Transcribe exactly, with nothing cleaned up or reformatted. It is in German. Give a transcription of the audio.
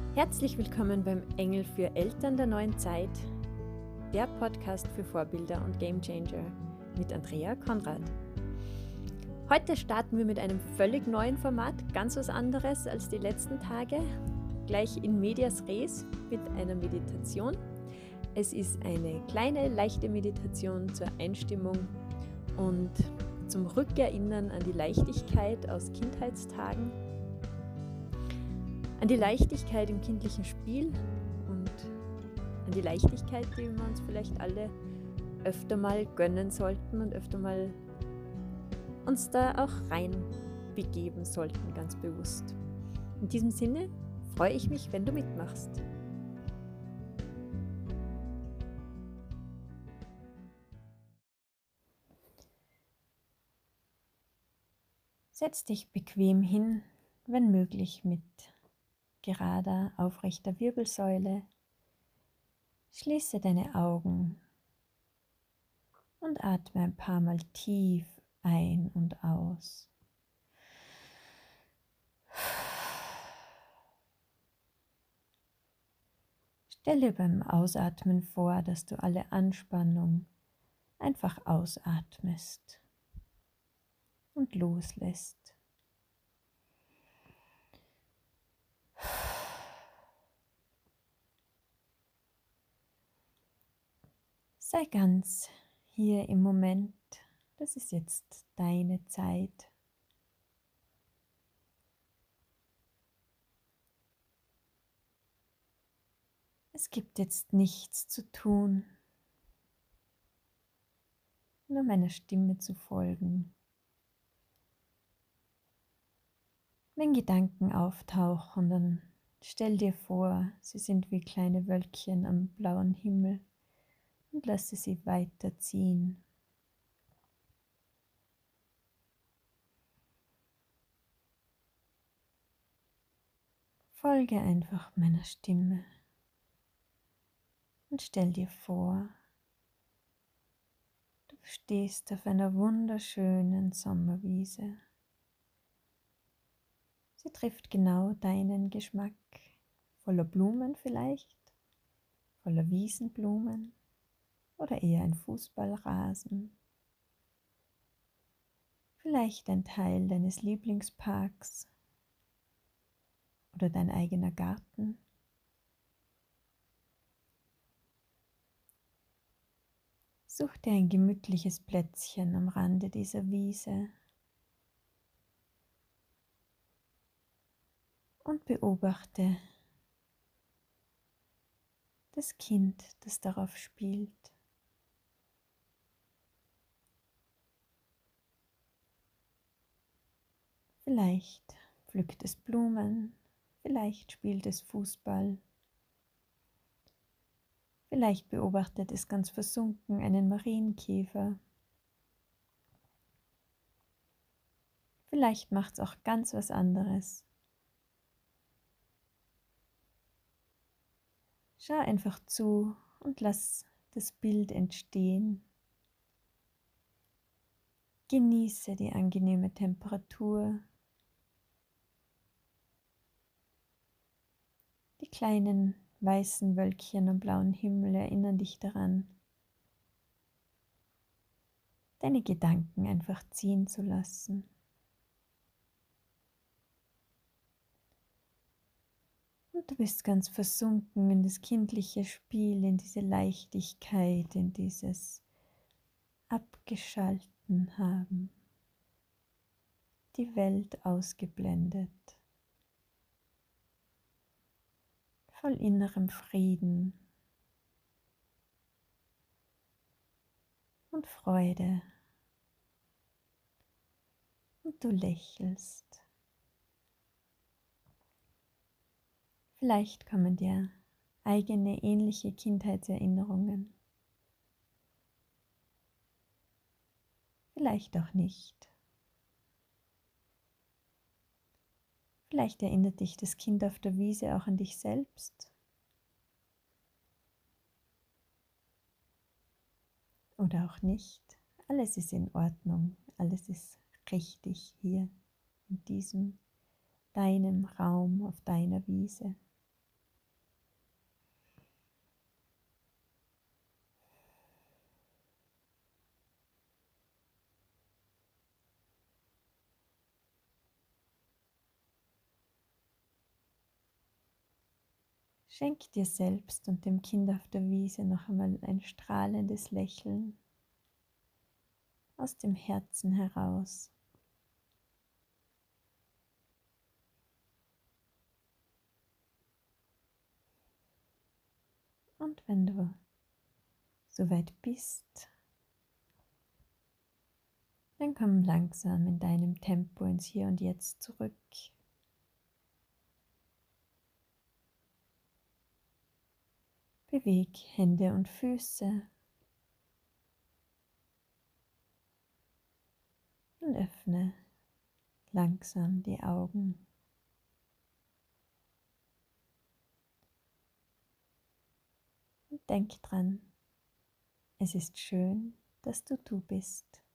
Herzlich willkommen beim Engel für Eltern der neuen Zeit, der Podcast für Vorbilder und Gamechanger mit Andrea Konrad. Heute starten wir mit einem völlig neuen Format, ganz was anderes als die letzten Tage, gleich in medias res mit einer Meditation. Es ist eine kleine, leichte Meditation zur Einstimmung und zum Rückerinnern an die Leichtigkeit aus Kindheitstagen, an die Leichtigkeit im kindlichen Spiel und an die Leichtigkeit, die wir uns vielleicht alle öfter mal gönnen sollten und öfter mal uns da auch rein begeben sollten, ganz bewusst. In diesem Sinne freue ich mich, wenn du mitmachst. Setz dich bequem hin, wenn möglich mit gerader, aufrechter Wirbelsäule. Schließe deine Augen und atme ein paar Mal tief ein und aus. Stelle beim Ausatmen vor, dass du alle Anspannung einfach ausatmest und loslässt. Sei ganz hier im Moment. Das ist jetzt deine Zeit. Es gibt jetzt nichts zu tun, nur meiner Stimme zu folgen. Wenn Gedanken auftauchen, dann stell dir vor, sie sind wie kleine Wölkchen am blauen Himmel und lasse sie weiterziehen. Folge einfach meiner Stimme und stell dir vor, du stehst auf einer wunderschönen Sommerwiese. Sie trifft genau deinen Geschmack, voller Blumen vielleicht, voller Wiesenblumen oder eher ein Fußballrasen. Vielleicht ein Teil deines Lieblingsparks oder dein eigener Garten. Such dir ein gemütliches Plätzchen am Rande dieser Wiese und beobachte das Kind, das darauf spielt. Vielleicht pflückt es Blumen, vielleicht spielt es Fußball, vielleicht beobachtet es ganz versunken einen Marienkäfer. Vielleicht macht es auch ganz was anderes. Schau einfach zu und lass das Bild entstehen. Genieße die angenehme Temperatur. Die kleinen weißen Wölkchen am blauen Himmel erinnern dich daran, deine Gedanken einfach ziehen zu lassen. Und du bist ganz versunken in das kindliche Spiel, in diese Leichtigkeit, in dieses Abgeschalten haben, die Welt ausgeblendet, voll innerem Frieden und Freude. Und du lächelst. Vielleicht kommen dir eigene ähnliche Kindheitserinnerungen. Vielleicht auch nicht. Vielleicht erinnert dich das Kind auf der Wiese auch an dich selbst. Oder auch nicht. Alles ist in Ordnung. Alles ist richtig hier in diesem, deinem Raum, auf deiner Wiese. Schenk dir selbst und dem Kind auf der Wiese noch einmal ein strahlendes Lächeln aus dem Herzen heraus. Und wenn du soweit bist, dann komm langsam in deinem Tempo ins Hier und Jetzt zurück. Beweg Hände und Füße und öffne langsam die Augen. Und denk dran, es ist schön, dass du du bist.